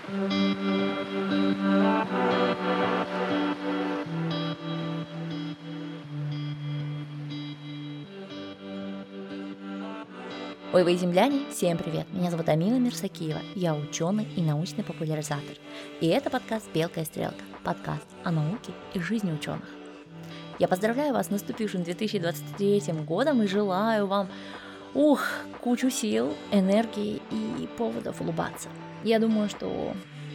Ой, вы земляне, всем привет! Меня зовут Амина Мирсакиева, я ученый и научный популяризатор. И это подкаст «Белка и стрелка», подкаст о науке и жизни ученых. Я поздравляю вас с наступившим 2023 годом и желаю вам, кучу сил, энергии и поводов улыбаться. Я думаю, что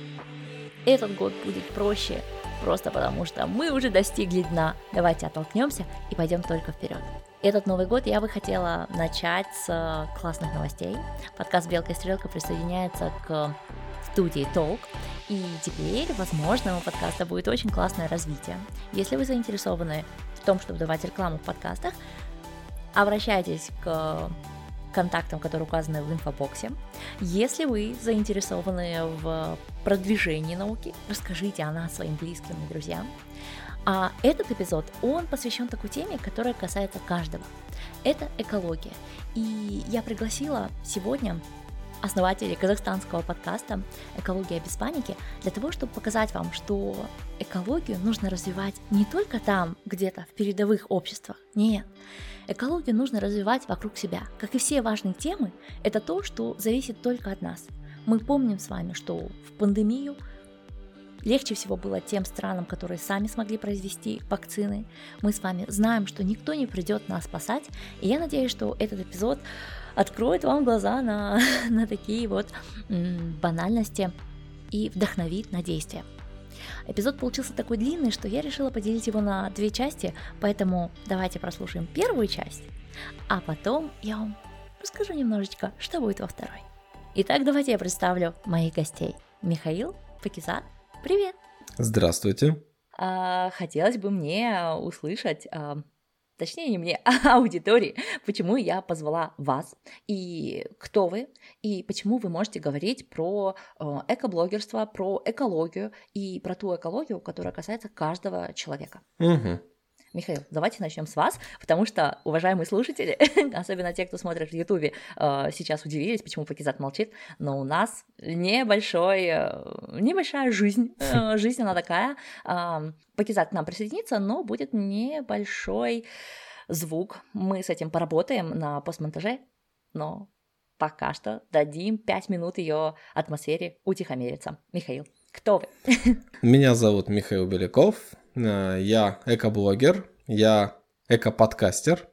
этот год будет проще, просто потому что мы уже достигли дна. Давайте оттолкнемся и пойдем только вперед. Этот Новый год я бы хотела начать с классных новостей. Подкаст «Белка и стрелка» присоединяется к студии Talk, и теперь, возможно, у подкаста будет очень классное развитие. Если вы заинтересованы в том, чтобы давать рекламу в подкастах, обращайтесь к контактам, которые указаны в инфобоксе. Если вы заинтересованы в продвижении науки, расскажите о нас своим близким и друзьям. А этот эпизод, он посвящен такой теме, которая касается каждого. Это экология. И я пригласила сегодня основателей казахстанского подкаста «Экология без паники» для того, чтобы показать вам, что экологию нужно развивать не только там, где-то в передовых обществах. Нет, экологию нужно развивать вокруг себя. Как и все важные темы, это то, что зависит только от нас. Мы помним с вами, что в пандемию легче всего было тем странам, которые сами смогли произвести вакцины. Мы с вами знаем, что никто не придет нас спасать. И я надеюсь, что этот эпизод откроет вам глаза на такие вот банальности и вдохновит на действие. Эпизод получился такой длинный, что я решила поделить его на 2 части, поэтому давайте прослушаем первую часть, а потом я вам расскажу немножечко, что будет во второй. Итак, давайте я представлю моих гостей. Михаил, Пакизат. Привет! Здравствуйте! Хотелось бы мне услышать, точнее не мне, а аудитории, почему я позвала вас, и кто вы, и почему вы можете говорить про экоблогерство, про экологию и про ту экологию, которая касается каждого человека. Угу. Михаил, давайте начнем с вас, потому что, уважаемые слушатели, особенно те, кто смотрит в Ютубе, сейчас удивились, почему Пакизат молчит, но у нас небольшая жизнь, жизнь она такая. Пакизат к нам присоединится, но будет небольшой звук, мы с этим поработаем на постмонтаже, но пока что дадим 5 минут ее атмосфере утихомириться. Михаил, кто вы? Меня зовут Михаил Беляков. Я экоблогер, я экоподкастер,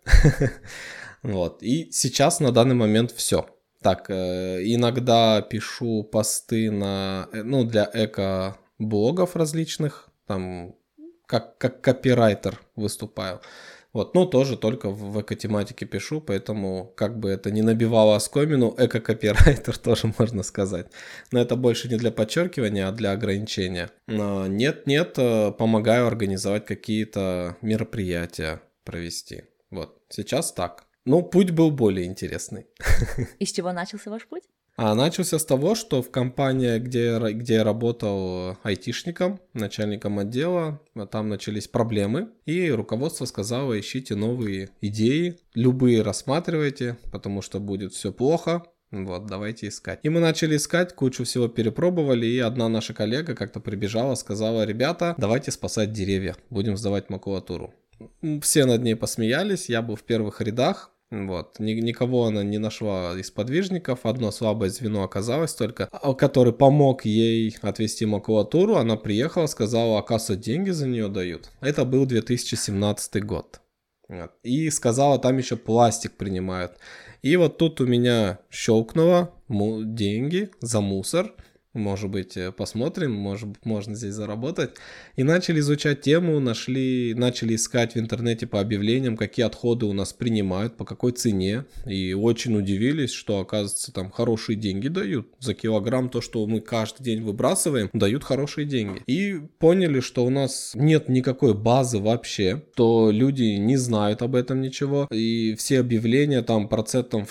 вот, и сейчас на данный момент все. Так, иногда пишу посты для экоблогов различных, там, как копирайтер выступаю. Вот, тоже только в эко-тематике пишу, поэтому как бы это не набивало оскомину, эко-копирайтер тоже можно сказать. Но это больше не для подчеркивания, а для ограничения. Но нет, помогаю организовать какие-то мероприятия, провести. Вот, сейчас так. Путь был более интересный. И с чего начался ваш путь? Начался с того, что в компании, где я работал айтишником, начальником отдела, там начались проблемы, и руководство сказало: ищите новые идеи, любые рассматривайте, потому что будет все плохо. Вот, давайте искать. И мы начали искать, кучу всего перепробовали, и одна наша коллега как-то прибежала, сказала: ребята, давайте спасать деревья, будем сдавать макулатуру. Все над ней посмеялись, я был в первых рядах. Вот, никого она не нашла из подвижников, одно слабое звено оказалось только, который помог ей отвезти макулатуру. Она приехала, сказала: оказывается, деньги за нее дают. Это был 2017 год. Вот. И сказала, там еще пластик принимают. И вот тут у меня щелкнуло деньги за мусор. Может быть, посмотрим, может, можно здесь заработать. И начали изучать тему, начали искать в интернете по объявлениям, какие отходы у нас принимают, по какой цене. И очень удивились, что, оказывается, там хорошие деньги дают. За килограмм то, что мы каждый день выбрасываем, дают хорошие деньги. И поняли, что у нас нет никакой базы вообще, что люди не знают об этом ничего. И все объявления, там процентов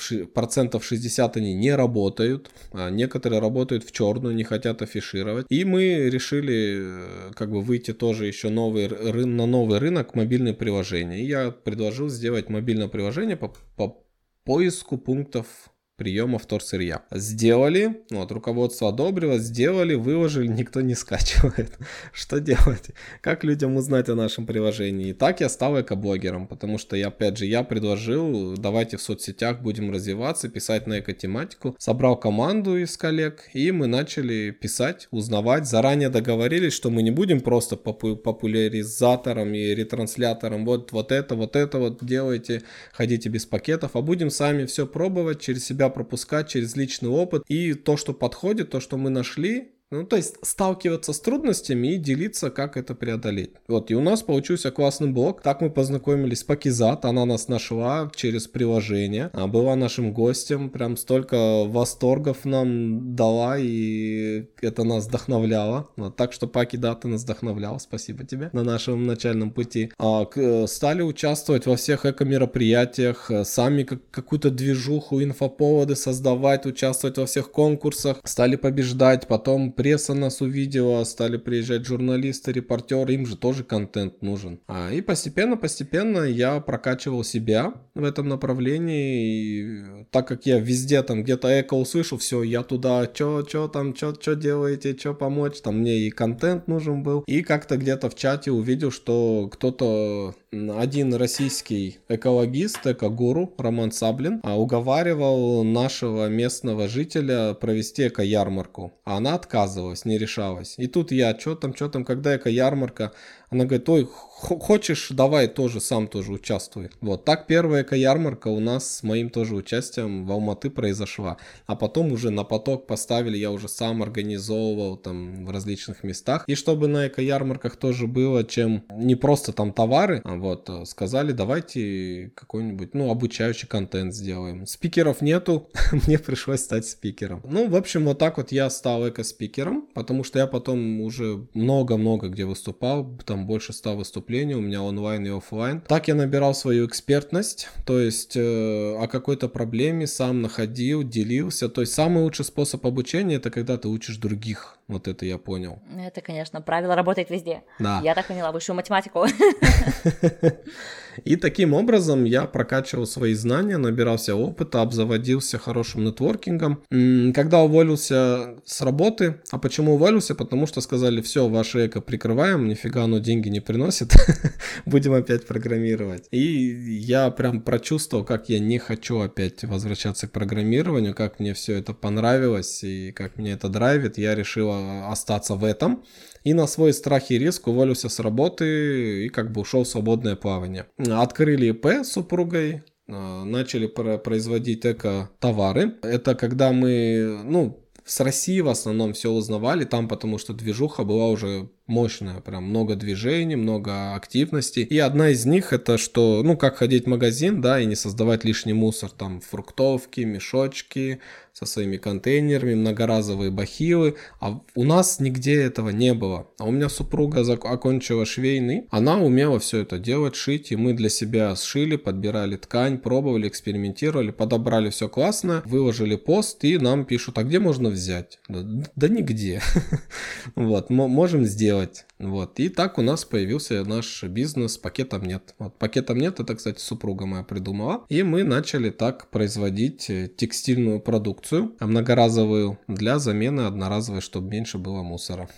60 они не работают, а некоторые работают в черную, не хотят афишировать. И мы решили выйти тоже еще на новый рынок мобильные приложения. И я предложил сделать мобильное приложение по поиску пунктов приема вторсырья. Сделали, вот, руководство одобрило, сделали, выложили, никто не скачивает. Что делать? Как людям узнать о нашем приложении? И так я стал экоблогером, потому что я предложил, давайте в соцсетях будем развиваться, писать на экотематику. Собрал команду из коллег, и мы начали писать, узнавать. Заранее договорились, что мы не будем просто популяризатором и ретранслятором. Вот это делайте, ходите без пакетов, а будем сами все пробовать, через себя пропускать, через личный опыт. И то, что подходит, то, что мы нашли, ну, то есть сталкиваться с трудностями и делиться, как это преодолеть. Вот, и у нас получился классный блог. Так мы познакомились с Пакизат, она нас нашла через приложение, была нашим гостем, прям столько восторгов нам дала, и это нас вдохновляло. Вот, так что, Паки, да, ты нас вдохновлял, спасибо тебе на нашем начальном пути. Стали участвовать во всех эко-мероприятиях, сами какую-то движуху, инфоповоды создавать, участвовать во всех конкурсах, стали побеждать, потом пресса нас увидела, стали приезжать журналисты, репортеры, им же тоже контент нужен. И постепенно я прокачивал себя в этом направлении, и так как я везде там где-то эко услышу, все, я туда, что делаете, что помочь, там мне и контент нужен был, и как-то где-то в чате увидел, что кто-то, один российский экологист, экогуру Роман Саблин, уговаривал нашего местного жителя провести эко-ярмарку, а она отказывалась, не решалась. И тут я, что там, когда эко-ярмарка, она говорит, ой, хочешь, давай тоже, сам тоже участвуй. Вот, так первая эко-ярмарка у нас с моим тоже участием в Алматы произошла. А потом уже на поток поставили, я уже сам организовывал там в различных местах. И чтобы на эко-ярмарках тоже было, чем не просто там товары, вот, сказали, давайте какой-нибудь, обучающий контент сделаем. Спикеров нету, мне пришлось стать спикером. В общем, вот так вот я стал эко-спикером, потому что я потом уже много-много где выступал, там больше 100 выступлений у меня онлайн и офлайн. Так я набирал свою экспертность, то есть о какой-то проблеме сам находил, делился. То есть самый лучший способ обучения — это когда ты учишь других. Вот это я понял. Это, конечно, правило работает везде. Да. Я так поняла высшую математику. И таким образом я прокачивал свои знания, набирался опыта, обзаводился хорошим нетворкингом. Когда уволился с работы, а почему уволился? Потому что сказали, все, ваше эко прикрываем, нифига оно деньги не приносит, будем опять программировать. И я прям прочувствовал, как я не хочу опять возвращаться к программированию, как мне все это понравилось и как меня это драйвит. Я решил остаться в этом. И на свой страх и риск уволился с работы и как бы ушел в свободное плавание. Открыли ИП с супругой, начали производить эко-товары. Это когда мы, с России в основном все узнавали, там потому что движуха была уже мощная, прям много движений, много активностей. И одна из них это что, как ходить в магазин, да, и не создавать лишний мусор, там фруктовки, мешочки со своими контейнерами, многоразовые бахилы. А у нас нигде этого не было. А у меня супруга окончила швейный, она умела все это делать, шить, и мы для себя сшили, подбирали ткань, пробовали, экспериментировали, подобрали все классно, выложили пост, и нам пишут, а где можно взять? Да нигде. Вот, можем сделать. Вот. И так у нас появился наш бизнес «Пакетом нет». Вот. «Пакетом нет» — это, кстати, супруга моя придумала. И мы начали так производить текстильную продукцию, многоразовую, для замены одноразовой, чтобы меньше было мусора.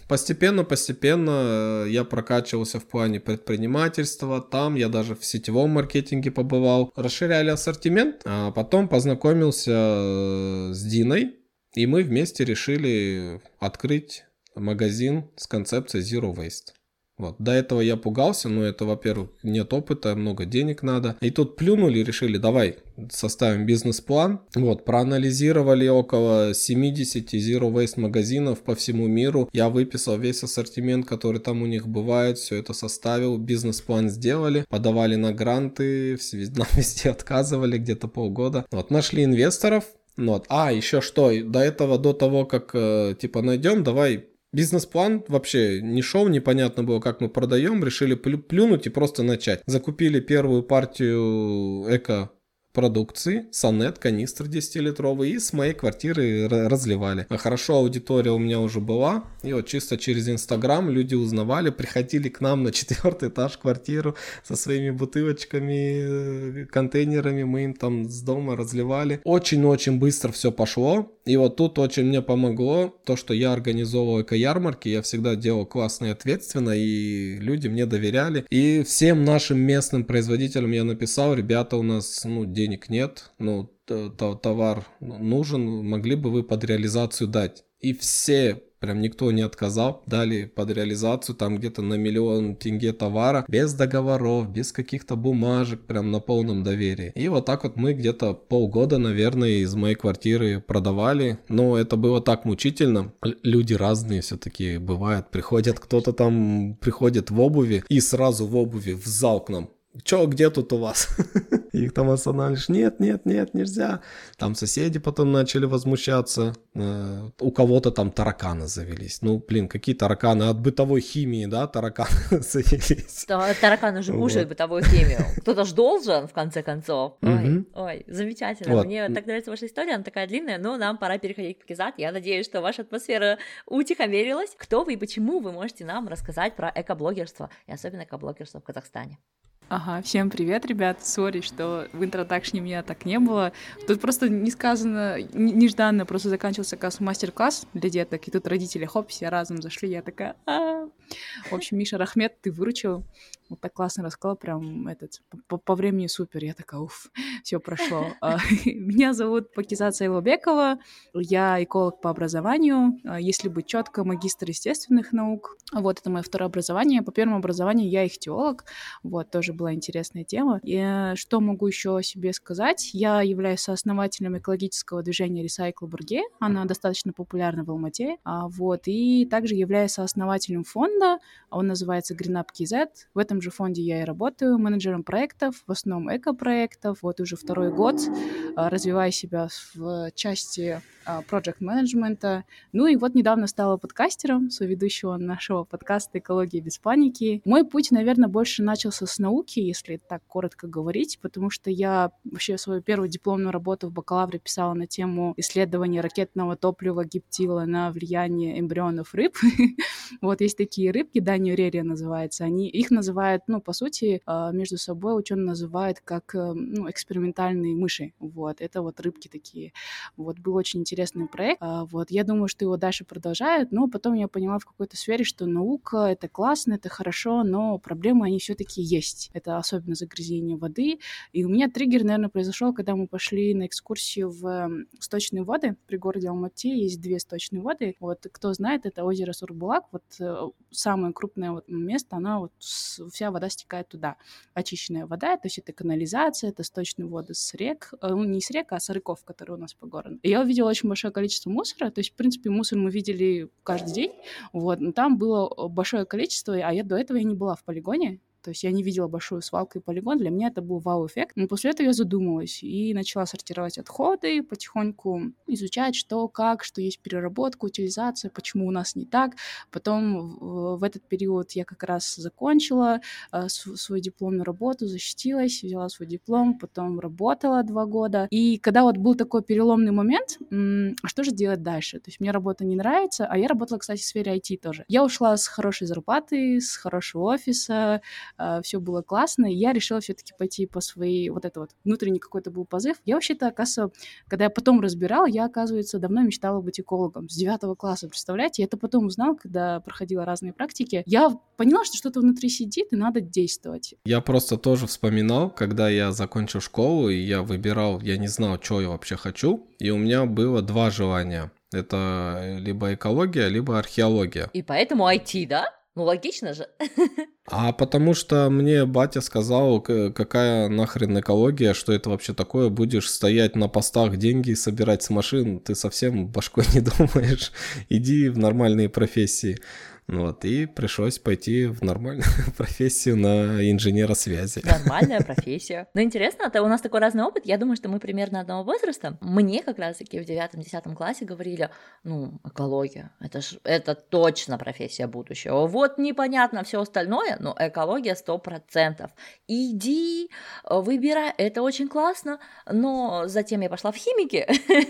Постепенно я прокачивался в плане предпринимательства. Там я даже в сетевом маркетинге побывал. Расширяли ассортимент, а потом познакомился с Диной. И мы вместе решили открыть магазин с концепцией Zero Waste. Вот. До этого я пугался, но это, во-первых, нет опыта, много денег надо. И тут плюнули и решили, давай составим бизнес-план. Вот, проанализировали около 70 Zero Waste магазинов по всему миру. Я выписал весь ассортимент, который там у них бывает, все это составил, бизнес-план сделали, подавали на гранты, нам везде отказывали где-то полгода. Вот, нашли инвесторов. Вот. Еще что, до того, как найдем, давай. Бизнес-план вообще не шел, непонятно было, как мы продаем, решили плюнуть и просто начать. Закупили первую партию продукции, сонет, канистр 10-литровый, и с моей квартиры разливали. Хорошо, аудитория у меня уже была, и вот чисто через Инстаграм люди узнавали, приходили к нам на 4-й этаж квартиру со своими бутылочками, контейнерами, мы им там с дома разливали. Очень-очень быстро все пошло, и вот тут очень мне помогло то, что я организовывал эко-ярмарки, я всегда делал классно и ответственно, и люди мне доверяли. И всем нашим местным производителям я написал: ребята, у нас, денег нет, товар нужен, могли бы вы под реализацию дать? И все, прям никто не отказал, дали под реализацию там где-то на 1 миллион тенге товара, без договоров, без каких-то бумажек, прям на полном доверии. И вот так вот мы где-то полгода, наверное, из моей квартиры продавали, но это было так мучительно. Люди разные все-таки бывают, приходят, кто-то там приходит в обуви и сразу в обуви в зал к нам. Чё, где тут у вас? Их там останавливаешь: нет, нельзя. Там соседи потом начали возмущаться. У кого-то там тараканы завелись. Какие тараканы? От бытовой химии, да, тараканы завелись. Тараканы уже кушают бытовую химию. Кто-то ж должен, в конце концов. Ой, замечательно. Вот. Мне так нравится ваша история, она такая длинная, но нам пора переходить к Пакизат. Я надеюсь, что ваша атмосфера утихомирилась. Кто вы и почему вы можете нам рассказать про экоблогерство, и особенно экоблогерство в Казахстане? Ага, всем привет, ребят. Сори, что в интродакшне меня так не было. Тут просто нежданно просто заканчивался мастер-класс для деток, и тут родители, хоп, все разом зашли, я такая... В общем, Миша Рахмет, ты выручил. Вот так классно рассказал, прям по времени супер. Я такая, все прошло. Меня зовут Пакизат Сайлоубекова, я эколог по образованию, если быть четко, магистр естественных наук. Вот это мое второе образование. По первому образованию я ихтиолог, вот, тоже была интересная тема. И что могу еще о себе сказать? Я являюсь сооснователем экологического движения Recycle Бурге, она достаточно популярна в Алмате, вот, и также являюсь сооснователем фонда, он называется GreenUp KZ. В этом же фонде я и работаю менеджером проектов, в основном эко-проектов. Вот уже второй год развиваю себя в части проект-менеджмента. Ну и вот недавно стала подкастером, соведущего нашего подкаста «Экология без паники». Мой путь, наверное, больше начался с науки, если так коротко говорить, потому что я вообще свою первую дипломную работу в бакалавре писала на тему исследования ракетного топлива гептила на влияние эмбрионов рыб. Вот есть такие рыбки, даниорерия называется, их называют, по сути, между собой ученые называют как экспериментальные мыши. Вот, это вот рыбки такие. Вот, был очень интересный проект. Вот, я думаю, что его дальше продолжают, но потом я поняла в какой-то сфере, что наука — это классно, это хорошо, но проблемы, они все-таки есть. Это особенно загрязнение воды. И у меня триггер, наверное, произошел, когда мы пошли на экскурсию в сточные воды. При городе Алмате есть 2 сточные воды. Вот, кто знает, это озеро Сурбулак. Вот самое крупное место, она вся вода стекает туда. Очищенная вода, то есть это канализация, это сточные воды с рек, не с рек, а с реков, которые у нас по городу. И я увидела очень большое количество мусора, то есть, в принципе, мусор мы видели каждый день, вот, но там было большое количество, а до этого я не была в полигоне. То есть я не видела большую свалку и полигон. Для меня это был вау-эффект. Но после этого я задумалась и начала сортировать отходы, потихоньку изучать, что, как, что есть переработка, утилизация, почему у нас не так. Потом в этот период я как раз закончила свою дипломную работу, защитилась, взяла свой диплом, потом работала 2 года. И когда вот был такой переломный момент, что же делать дальше? То есть мне работа не нравится, а я работала, кстати, в сфере IT тоже. Я ушла с хорошей зарплаты, с хорошего офиса, все было классно, и я решила все-таки пойти по своей, внутренний какой-то был позыв. Я вообще-то, оказывается, когда я потом разбирала, я, оказывается, давно мечтала быть экологом, с 9 класса, представляете? Я это потом узнала, когда проходила разные практики. Я поняла, что что-то внутри сидит, и надо действовать. Я просто тоже вспоминал, когда я закончил школу, и я выбирал, я не знал, что я вообще хочу, и у меня было 2 желания. Это либо экология, либо археология. И поэтому IT, да? Логично же. А потому что мне батя сказал, какая нахрен экология, что это вообще такое, будешь стоять на постах, деньги собирать с машин, ты совсем башкой не думаешь, иди в нормальные профессии. Вот, и пришлось пойти в нормальную профессию на инженера связи. Нормальная профессия. Но интересно, это у нас такой разный опыт. Я думаю, что мы примерно одного возраста. Мне как раз-таки в 9-10 классе говорили, экология, это точно профессия будущего. Вот непонятно все остальное, но экология 100%. Иди, выбирай, это очень классно. Но затем я пошла в химики,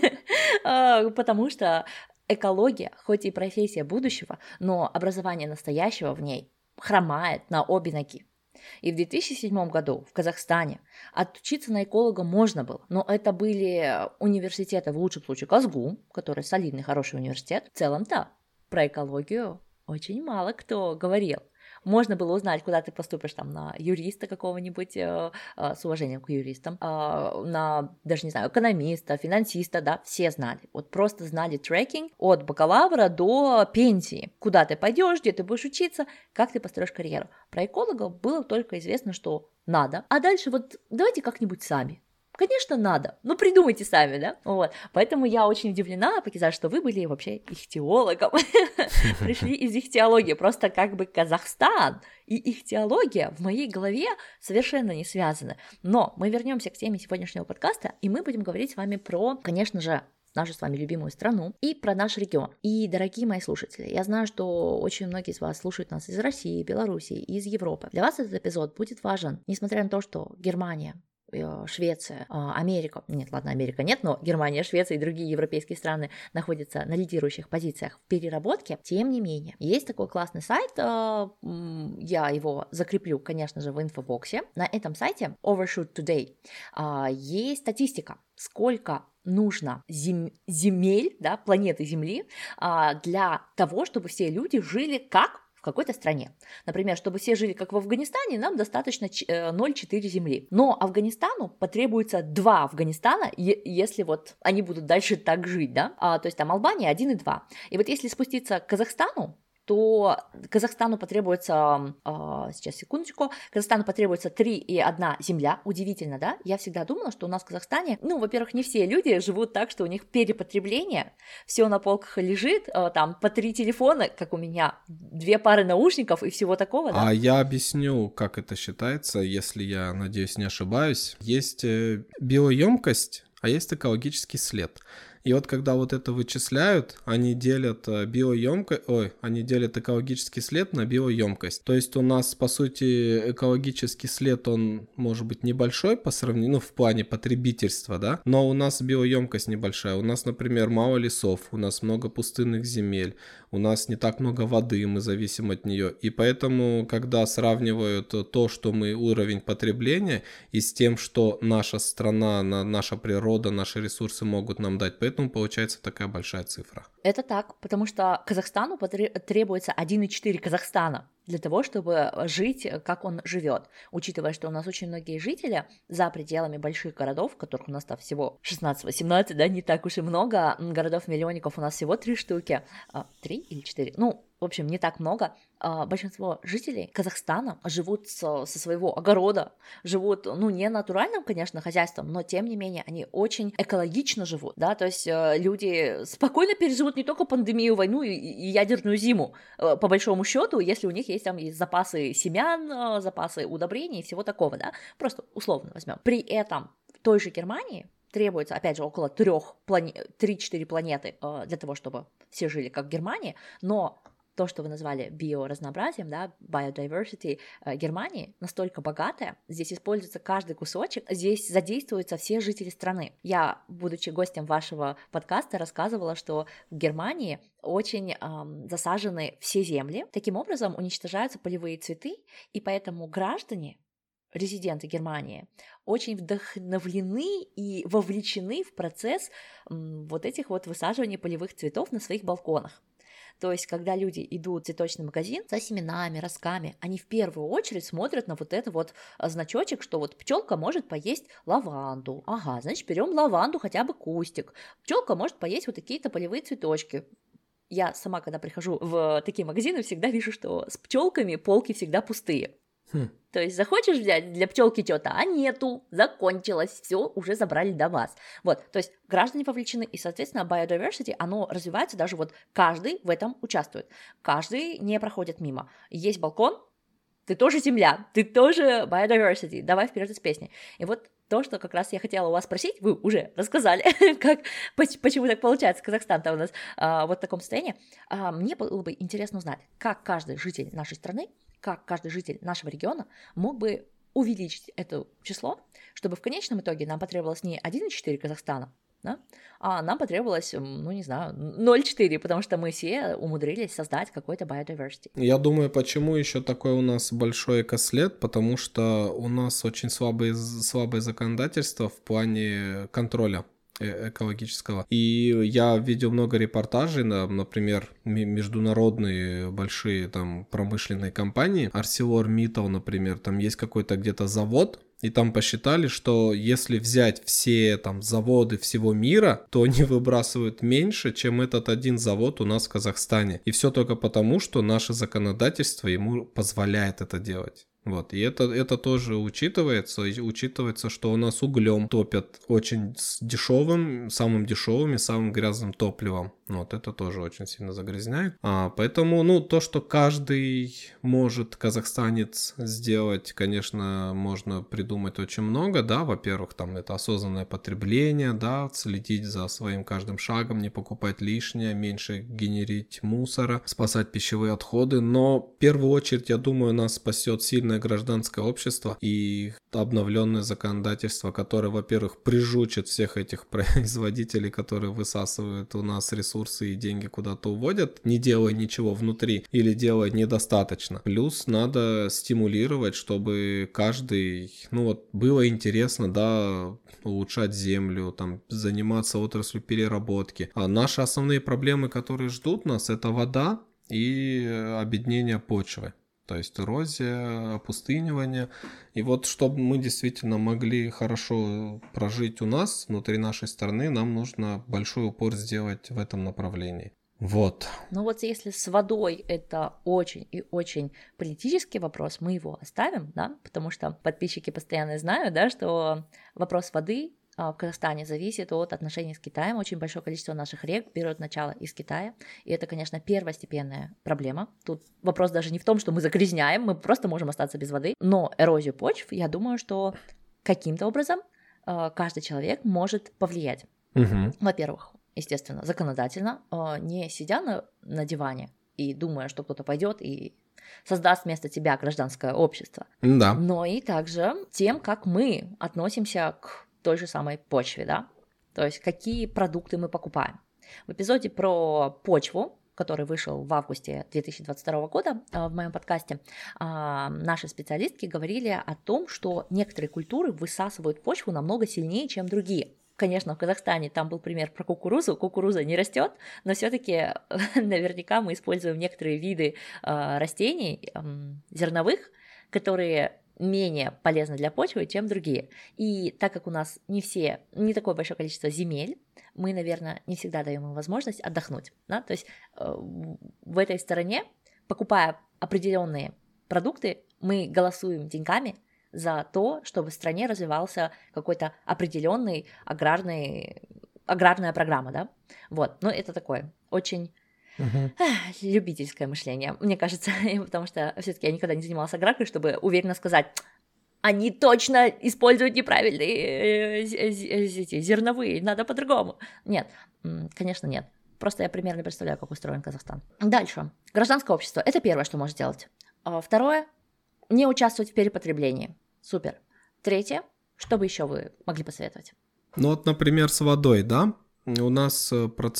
потому что экология, хоть и профессия будущего, но образование настоящего в ней хромает на обе ноги. И в 2007 году в Казахстане отучиться на эколога можно было, но это были университеты, в лучшем случае Казгу, который солидный, хороший университет. В целом-то про экологию очень мало кто говорил. Можно было узнать, куда ты поступишь там на юриста какого-нибудь, с уважением к юристам, на, даже не знаю, экономиста, финансиста, да, все знали. Вот просто знали трекинг от бакалавра до пенсии. Куда ты пойдешь, где ты будешь учиться, как ты построишь карьеру. Про экологов было только известно, что надо. А дальше вот давайте как-нибудь сами. Конечно, надо, но придумайте сами, да? Вот. Поэтому я очень удивлена, Пакизат, что вы были вообще ихтиологом. Пришли из ихтиологии. Просто как бы Казахстан и ихтиология в моей голове совершенно не связаны. Но мы вернемся к теме сегодняшнего подкаста, и мы будем говорить с вами про, конечно же, нашу с вами любимую страну и про наш регион. И, дорогие мои слушатели, я знаю, что очень многие из вас слушают нас из России, Белоруссии, из Европы. Для вас этот эпизод будет важен, несмотря на то, что Германия, Швеция, Америка, нет, ладно, Америка нет, но Германия, Швеция и другие европейские страны находятся на лидирующих позициях в переработке. Тем не менее, есть такой классный сайт, я его закреплю, конечно же, в инфобоксе. На этом сайте Overshoot Today есть статистика, сколько нужно земель, да, планеты Земли для того, чтобы все люди жили как в какой-то стране. Например, чтобы все жили как в Афганистане, нам достаточно 0,4 земли. Но Афганистану потребуется 2 Афганистана, если вот они будут дальше так жить, да? То есть там Албания 1 и 2. И вот если спуститься к Казахстану, то Казахстану потребуется, сейчас, секундочку, Казахстану потребуется 3,1 земля. Удивительно, да? Я всегда думала, что у нас в Казахстане, во-первых, не все люди живут так, что у них перепотребление, все на полках лежит, там по 3 телефона, как у меня, 2 пары наушников и всего такого, да? А я объясню, как это считается, если я, надеюсь, не ошибаюсь. Есть биоемкость, а есть экологический след. И вот когда вот это вычисляют, они делят они делят экологический след на биоемкость. То есть у нас, по сути, экологический след, он может быть небольшой по сравнению, в плане потребительства, да, но у нас биоемкость небольшая. У нас, например, мало лесов, у нас много пустынных земель, у нас не так много воды, мы зависим от нее. И поэтому, когда сравнивают то, что мы уровень потребления, и с тем, что наша страна, наша природа, наши ресурсы могут нам дать, поэтому получается такая большая цифра. Это так, потому что Казахстану требуется 1,4 Казахстана для того, чтобы жить, как он живет. Учитывая, что у нас очень многие жители за пределами больших городов, которых у нас там всего 16-18, да, не так уж и много, городов-миллионников у нас всего 3 штуки, 3 или 4, в общем, не так много. Большинство жителей Казахстана живут со своего огорода, живут, не натуральным, конечно, хозяйством, но тем не менее они очень экологично живут, да, то есть люди спокойно переживут не только пандемию, войну и ядерную зиму, по большому счету, если у них есть там запасы семян, запасы удобрений и всего такого, да, просто условно возьмем. При этом в той же Германии требуется, опять же, около 3-4 планеты для того, чтобы все жили как в Германии, но то, что вы назвали биоразнообразием, да, biodiversity Германии, настолько богатая, здесь используется каждый кусочек, здесь задействуются все жители страны. Я, будучи гостем вашего подкаста, рассказывала, что в Германии очень засажены все земли, таким образом уничтожаются полевые цветы, и поэтому граждане, резиденты Германии, очень вдохновлены и вовлечены в процесс вот этих вот высаживания полевых цветов на своих балконах. То есть, когда люди идут в цветочный магазин за семенами, ростками, они в первую очередь смотрят на вот этот вот значочек, что вот пчелка может поесть лаванду. Ага, значит, берем лаванду, хотя бы кустик. Пчелка может поесть вот такие-то полевые цветочки. Я сама, когда прихожу в такие магазины, всегда вижу, что с пчелками полки всегда пустые. То есть захочешь взять для пчелки что-то, а нету, закончилось, все уже забрали до вас. Вот, то есть граждане вовлечены, и, соответственно, biodiversity, оно развивается, даже вот каждый в этом участвует. Каждый не проходит мимо. Есть балкон, ты тоже земля, ты тоже biodiversity, давай вперед из песни. И вот то, что как раз я хотела у вас спросить, вы уже рассказали, почему так получается, Казахстан-то у нас вот в таком состоянии. Мне было бы интересно узнать, как каждый житель нашей страны, как каждый житель нашего региона мог бы увеличить это число, чтобы в конечном итоге нам потребовалось не 1,4 Казахстана, да, а нам потребовалось, ну не знаю, 0,4, потому что мы все умудрились создать какой-то biodiversity. Я думаю, почему еще такой у нас большой экослед, потому что у нас очень слабое законодательство в плане контроля экологического. И я видел много репортажей, например, международные большие там промышленные компании, ArcelorMittal, например, там есть какой-то где-то завод, и там посчитали, что если взять все там заводы всего мира, то они выбрасывают меньше, чем этот один завод у нас в Казахстане. И все только потому, что наше законодательство ему позволяет это делать. Вот, и это тоже учитывается, и учитывается, что у нас углем топят очень самым дешевым и самым грязным топливом. Вот, это тоже очень сильно загрязняет. Поэтому, то, что каждый может, казахстанец, сделать, конечно, можно придумать очень много, да, во-первых, там это осознанное потребление, да, следить за своим каждым шагом, не покупать лишнее, меньше генерить мусора, спасать пищевые отходы, но в первую очередь, я думаю, нас спасет сильное гражданское общество и обновленное законодательство, которое, во-первых, прижучит всех этих производителей, которые высасывают у нас ресурсы и деньги куда-то уводят, не делая ничего внутри или делая недостаточно. Плюс надо стимулировать, чтобы каждый, было интересно, да, улучшать землю, там, заниматься отраслью переработки. А наши основные проблемы, которые ждут нас, это вода и обеднение почвы. То есть эрозия, опустынивание. И вот чтобы мы действительно могли хорошо прожить у нас, внутри нашей страны, нам нужно большой упор сделать в этом направлении. Вот. Ну вот если с водой это очень и очень политический вопрос, мы его оставим, да, потому что подписчики постоянно знают, да, что вопрос воды в Казахстане зависит от отношений с Китаем. Очень большое количество наших рек берет начало из Китая. И это, конечно, первостепенная проблема. Тут вопрос даже не в том, что мы загрязняем, мы просто можем остаться без воды. Но эрозию почв, я думаю, что каким-то образом каждый человек может повлиять. Угу. Во-первых, естественно, законодательно, не сидя на диване и думая, что кто-то пойдет и создаст вместо тебя гражданское общество. Да. Но и также тем, как мы относимся к той же самой почве, да, то есть какие продукты мы покупаем. В эпизоде про почву, который вышел в августе 2022 года в моем подкасте, наши специалистки говорили о том, что некоторые культуры высасывают почву намного сильнее, чем другие. Конечно, в Казахстане там был пример про кукурузу. Кукуруза не растет, но все-таки наверняка мы используем некоторые виды растений зерновых, которые менее полезны для почвы, чем другие. И так как у нас не такое большое количество земель, мы, наверное, не всегда даем им возможность отдохнуть. Да? То есть в этой стороне, покупая определенные продукты, мы голосуем деньгами за то, чтобы в стране развивался какой-то определенный аграрная программа, да? Вот, но это такое очень любительское мышление, мне кажется, потому что все-таки я никогда не занималась аграркой, чтобы уверенно сказать, они точно используют неправильные зерновые, надо по-другому. Нет, конечно, нет. Просто я примерно представляю, как устроен Казахстан. Дальше. Гражданское общество. Это первое, что может сделать. Второе. Не участвовать в перепотреблении. Супер. Третье. Что бы еще вы могли посоветовать? Например, с водой, да? У нас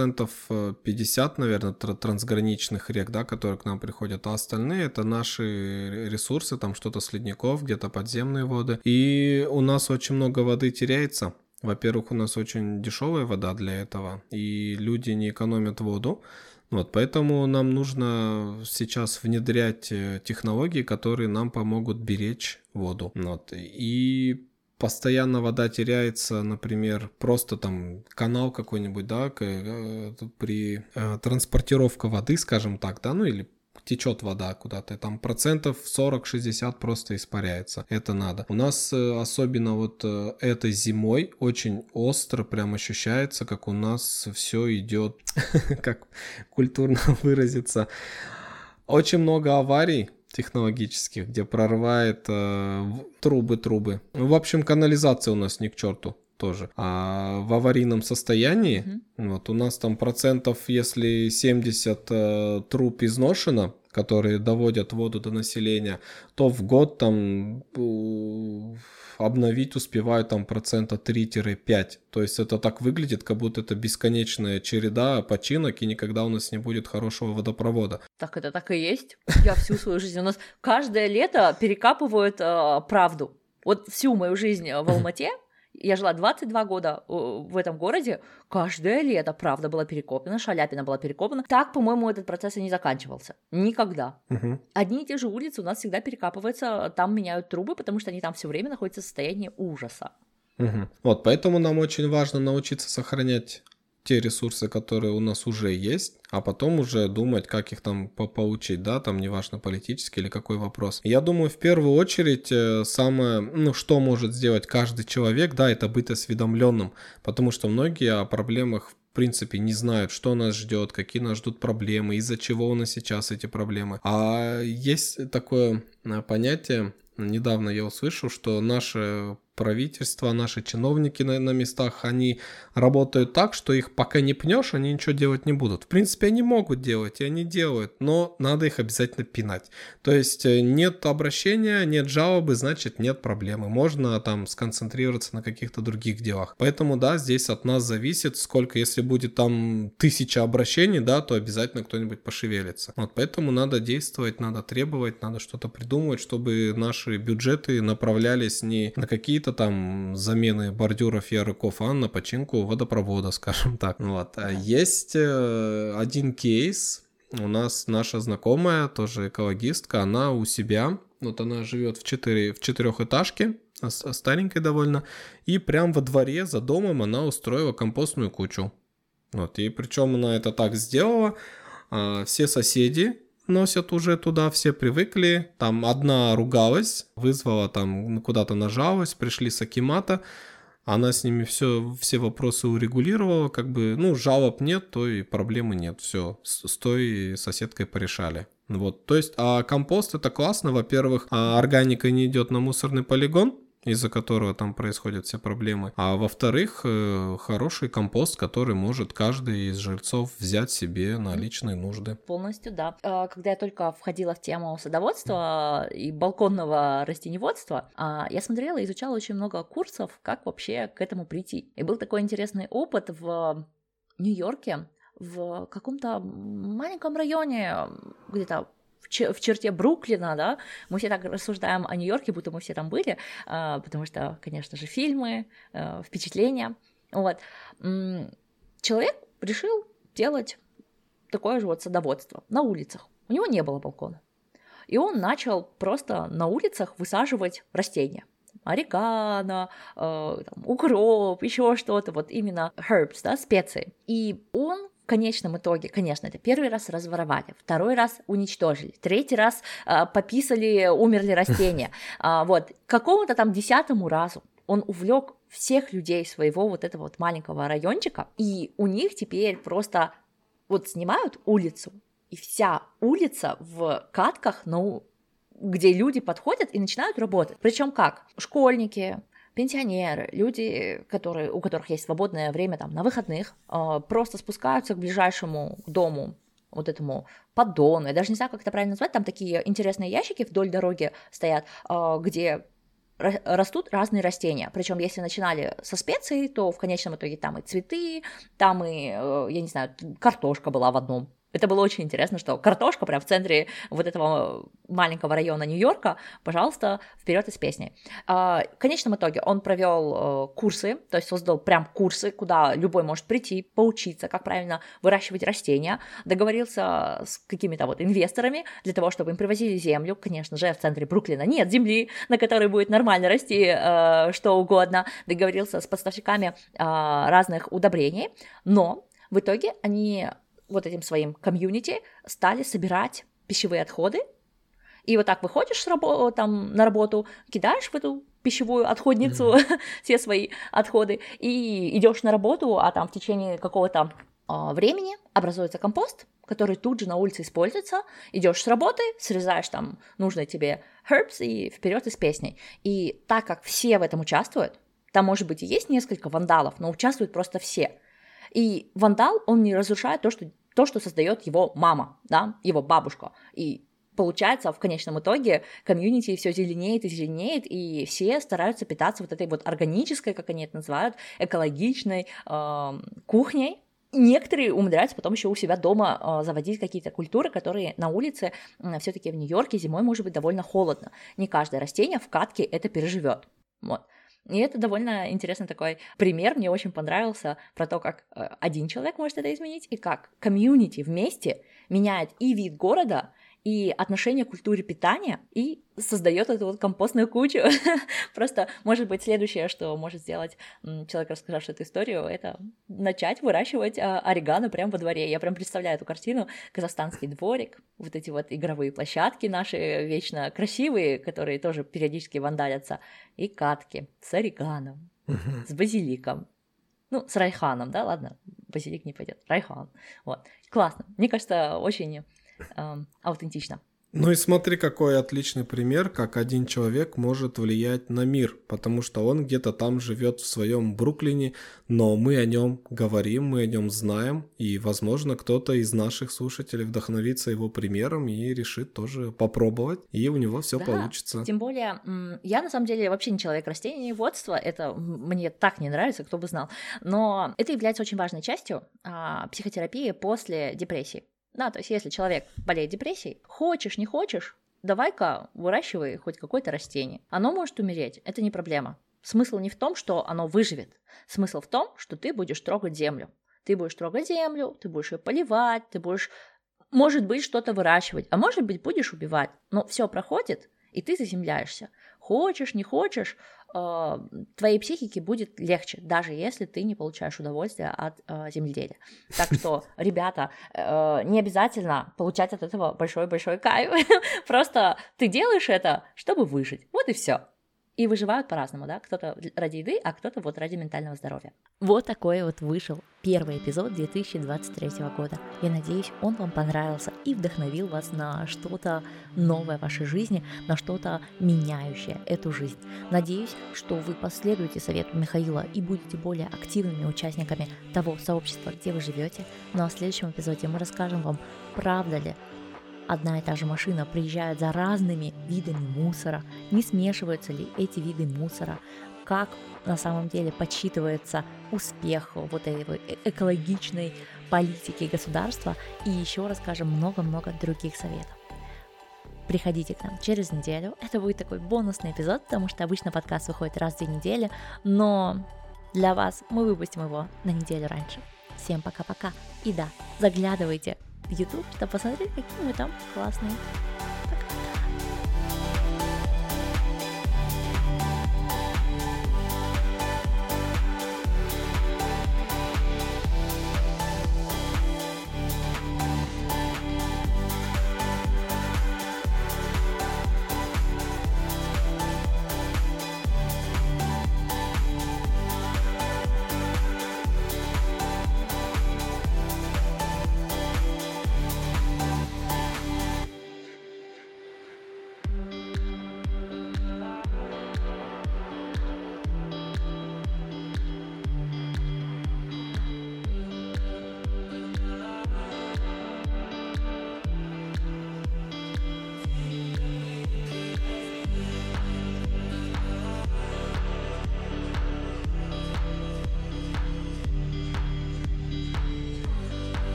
50%, наверное, трансграничных рек, да, которые к нам приходят, а остальные это наши ресурсы, там что-то с ледников, где-то подземные воды. И у нас очень много воды теряется. Во-первых, у нас очень дешевая вода для этого, и люди не экономят воду. Вот, поэтому нам нужно сейчас внедрять технологии, которые нам помогут беречь воду. Вот, и постоянно вода теряется, например, просто там канал какой-нибудь, да, при транспортировке воды, скажем так, да, или течет вода куда-то, там 40-60% просто испаряется. Это надо. У нас особенно вот этой зимой очень остро прям ощущается, как у нас все идет, как культурно выразиться, очень много аварий технологических, где прорывает трубы. В общем, канализация у нас ни к черту тоже. А в аварийном состоянии, вот у нас там процентов, если 70 труб изношено, которые доводят воду до населения, то в год там обновить успевают там 3-5%. То есть это так выглядит, как будто это бесконечная череда починок, и никогда у нас не будет хорошего водопровода. Так это так и есть. Я всю свою жизнь, у нас каждое лето перекапывают правду. Вот всю мою жизнь в Алмате, я жила 22 года в этом городе, каждое лето правда была перекопана, Шаляпина была перекопана. Так, по-моему, этот процесс и не заканчивался. Никогда. Одни и те же улицы у нас всегда перекапываются, там меняют трубы, потому что они там все время находятся в состоянии ужаса. Вот, поэтому нам очень важно научиться сохранять те ресурсы, которые у нас уже есть, а потом уже думать, как их там поучить, да, там неважно политический или какой вопрос. Я думаю, в первую очередь самое, что может сделать каждый человек, да, это быть осведомленным, потому что многие о проблемах в принципе не знают, что нас ждет, какие нас ждут проблемы, из-за чего у нас сейчас эти проблемы. А есть такое понятие, недавно я услышал, что наше правительство, наши чиновники на местах, они работают так, что их пока не пнешь, они ничего делать не будут. В принципе, они могут делать, и они делают, но надо их обязательно пинать. То есть нет обращения, нет жалобы, значит нет проблемы. Можно там сконцентрироваться на каких-то других делах. Поэтому, да, здесь от нас зависит, сколько, если будет там 1000 обращений, да, то обязательно кто-нибудь пошевелится. Вот поэтому надо действовать, надо требовать, надо что-то придумывать, чтобы наши бюджеты направлялись не на какие-то там замены бордюров, ярыков, а на починку водопровода, скажем так. Вот. А есть один кейс. У нас наша знакомая, тоже экологистка, она у себя, вот она живет в 4-этажке, старенькой довольно, и прям во дворе за домом она устроила компостную кучу. Вот. И причем она это так сделала, все соседи носят уже туда, все привыкли, там одна ругалась, вызвала там, куда-то нажалась, пришли с акимата, она с ними все вопросы урегулировала, как бы, жалоб нет, то и проблемы нет, все, с той соседкой порешали. Вот, то есть, а компост это классно, во-первых, органика не идет на мусорный полигон, из-за которого там происходят все проблемы. А во-вторых, хороший компост, который может каждый из жильцов взять себе на личные нужды. Полностью, да. Когда я только входила в тему садоводства и балконного растениеводства, я смотрела и изучала очень много курсов, как вообще к этому прийти. И был такой интересный опыт в Нью-Йорке, в каком-то маленьком районе, где-то в черте Бруклина, да, мы все так рассуждаем о Нью-Йорке, будто мы все там были, потому что, конечно же, фильмы, впечатления, вот. Человек решил делать такое же вот садоводство на улицах, у него не было балкона, и он начал просто на улицах высаживать растения, орегано, укроп, еще что-то, вот именно herbs, да, специи, и он в конечном итоге, конечно, это первый раз разворовали, второй раз уничтожили, третий раз пописали, умерли растения. Вот, к какому-то там 10-му разу он увлек всех людей своего вот этого вот маленького райончика, и у них теперь просто вот снимают улицу, и вся улица в катках, где люди подходят и начинают работать. Причем как? Школьники, пенсионеры, люди, у которых есть свободное время там, на выходных, просто спускаются к ближайшему дому, вот этому поддону, я даже не знаю, как это правильно назвать, там такие интересные ящики вдоль дороги стоят, где растут разные растения. Причем, если начинали со специй, то в конечном итоге там и цветы, там и, я не знаю, картошка была в одном. Это было очень интересно, что картошка прям в центре вот этого маленького района Нью-Йорка, пожалуйста, вперед из песни. В конечном итоге он провел курсы, то есть создал прям курсы, куда любой может прийти, поучиться, как правильно выращивать растения, договорился с какими-то вот инвесторами для того, чтобы им привозили землю, конечно же, в центре Бруклина нет земли, на которой будет нормально расти что угодно, договорился с поставщиками разных удобрений, но в итоге они вот этим своим комьюнити стали собирать пищевые отходы, и вот так выходишь там, на работу, кидаешь в эту пищевую отходницу все свои отходы, и идешь на работу, а там в течение какого-то времени образуется компост, который тут же на улице используется, идешь с работы, срезаешь там нужные тебе herbs и вперед из песней. И так как все в этом участвуют, там, может быть, и есть несколько вандалов, но участвуют просто все. И вандал, он не разрушает то, что создает его мама, да, его бабушка. И получается, в конечном итоге комьюнити все зеленеет и зеленеет, и все стараются питаться вот этой вот органической, как они это называют, экологичной кухней. Некоторые умудряются потом еще у себя дома заводить какие-то культуры, которые на улице, все-таки в Нью-Йорке зимой может быть довольно холодно. Не каждое растение в катке это переживет. Вот. И это довольно интересный такой пример, мне очень понравился, про то, как один человек может это изменить, и как комьюнити вместе меняет и вид города, и отношение к культуре питания, и создает эту вот компостную кучу. Просто, может быть, следующее, что может сделать человек, рассказавший эту историю, это начать выращивать орегано прямо во дворе. Я прям представляю эту картину, казахстанский дворик, вот эти вот игровые площадки наши вечно красивые, которые тоже периодически вандалятся, и катки с орегано, с базиликом. Ну, с райханом, да, ладно, базилик не пойдет, райхан. Вот, классно. Мне кажется, очень аутентично. Ну и смотри, какой отличный пример, как один человек может влиять на мир, потому что он где-то там живет в своем Бруклине, но мы о нем говорим, мы о нем знаем, и, возможно, кто-то из наших слушателей вдохновится его примером и решит тоже попробовать, и у него все получится. Тем более, я на самом деле вообще не человек растениеводства, это мне так не нравится, кто бы знал, но это является очень важной частью психотерапии после депрессии. Да, то есть если человек болеет депрессией, хочешь, не хочешь, давай-ка выращивай хоть какое-то растение. Оно может умереть, это не проблема. Смысл не в том, что оно выживет. Смысл в том, что ты будешь трогать землю. Ты будешь трогать землю, ты будешь ее поливать, ты будешь, может быть, что-то выращивать, а может быть, будешь убивать. Но все проходит, и ты заземляешься. Хочешь, не хочешь, твоей психике будет легче, даже если ты не получаешь удовольствия от земледелия. Так что, ребята, не обязательно получать от этого большой-большой кайф. Просто ты делаешь это, чтобы выжить. Вот и все. И выживают по-разному, да? Кто-то ради еды, а кто-то вот ради ментального здоровья. Вот такой вот вышел первый эпизод 2023 года. Я надеюсь, он вам понравился и вдохновил вас на что-то новое в вашей жизни, на что-то меняющее эту жизнь. Надеюсь, что вы последуете совету Михаила и будете более активными участниками того сообщества, где вы живете. Ну а в следующем эпизоде мы расскажем вам, правда ли одна и та же машина приезжает за разными видами мусора, не смешиваются ли эти виды мусора, как на самом деле подсчитывается успех вот этой экологичной политики государства, и еще расскажем много-много других советов. Приходите к нам через неделю, это будет такой бонусный эпизод, потому что обычно подкаст выходит раз в 2 недели, но для вас мы выпустим его на неделю раньше. Всем пока-пока, и да, заглядывайте в YouTube, чтобы посмотреть, какие мы там классные.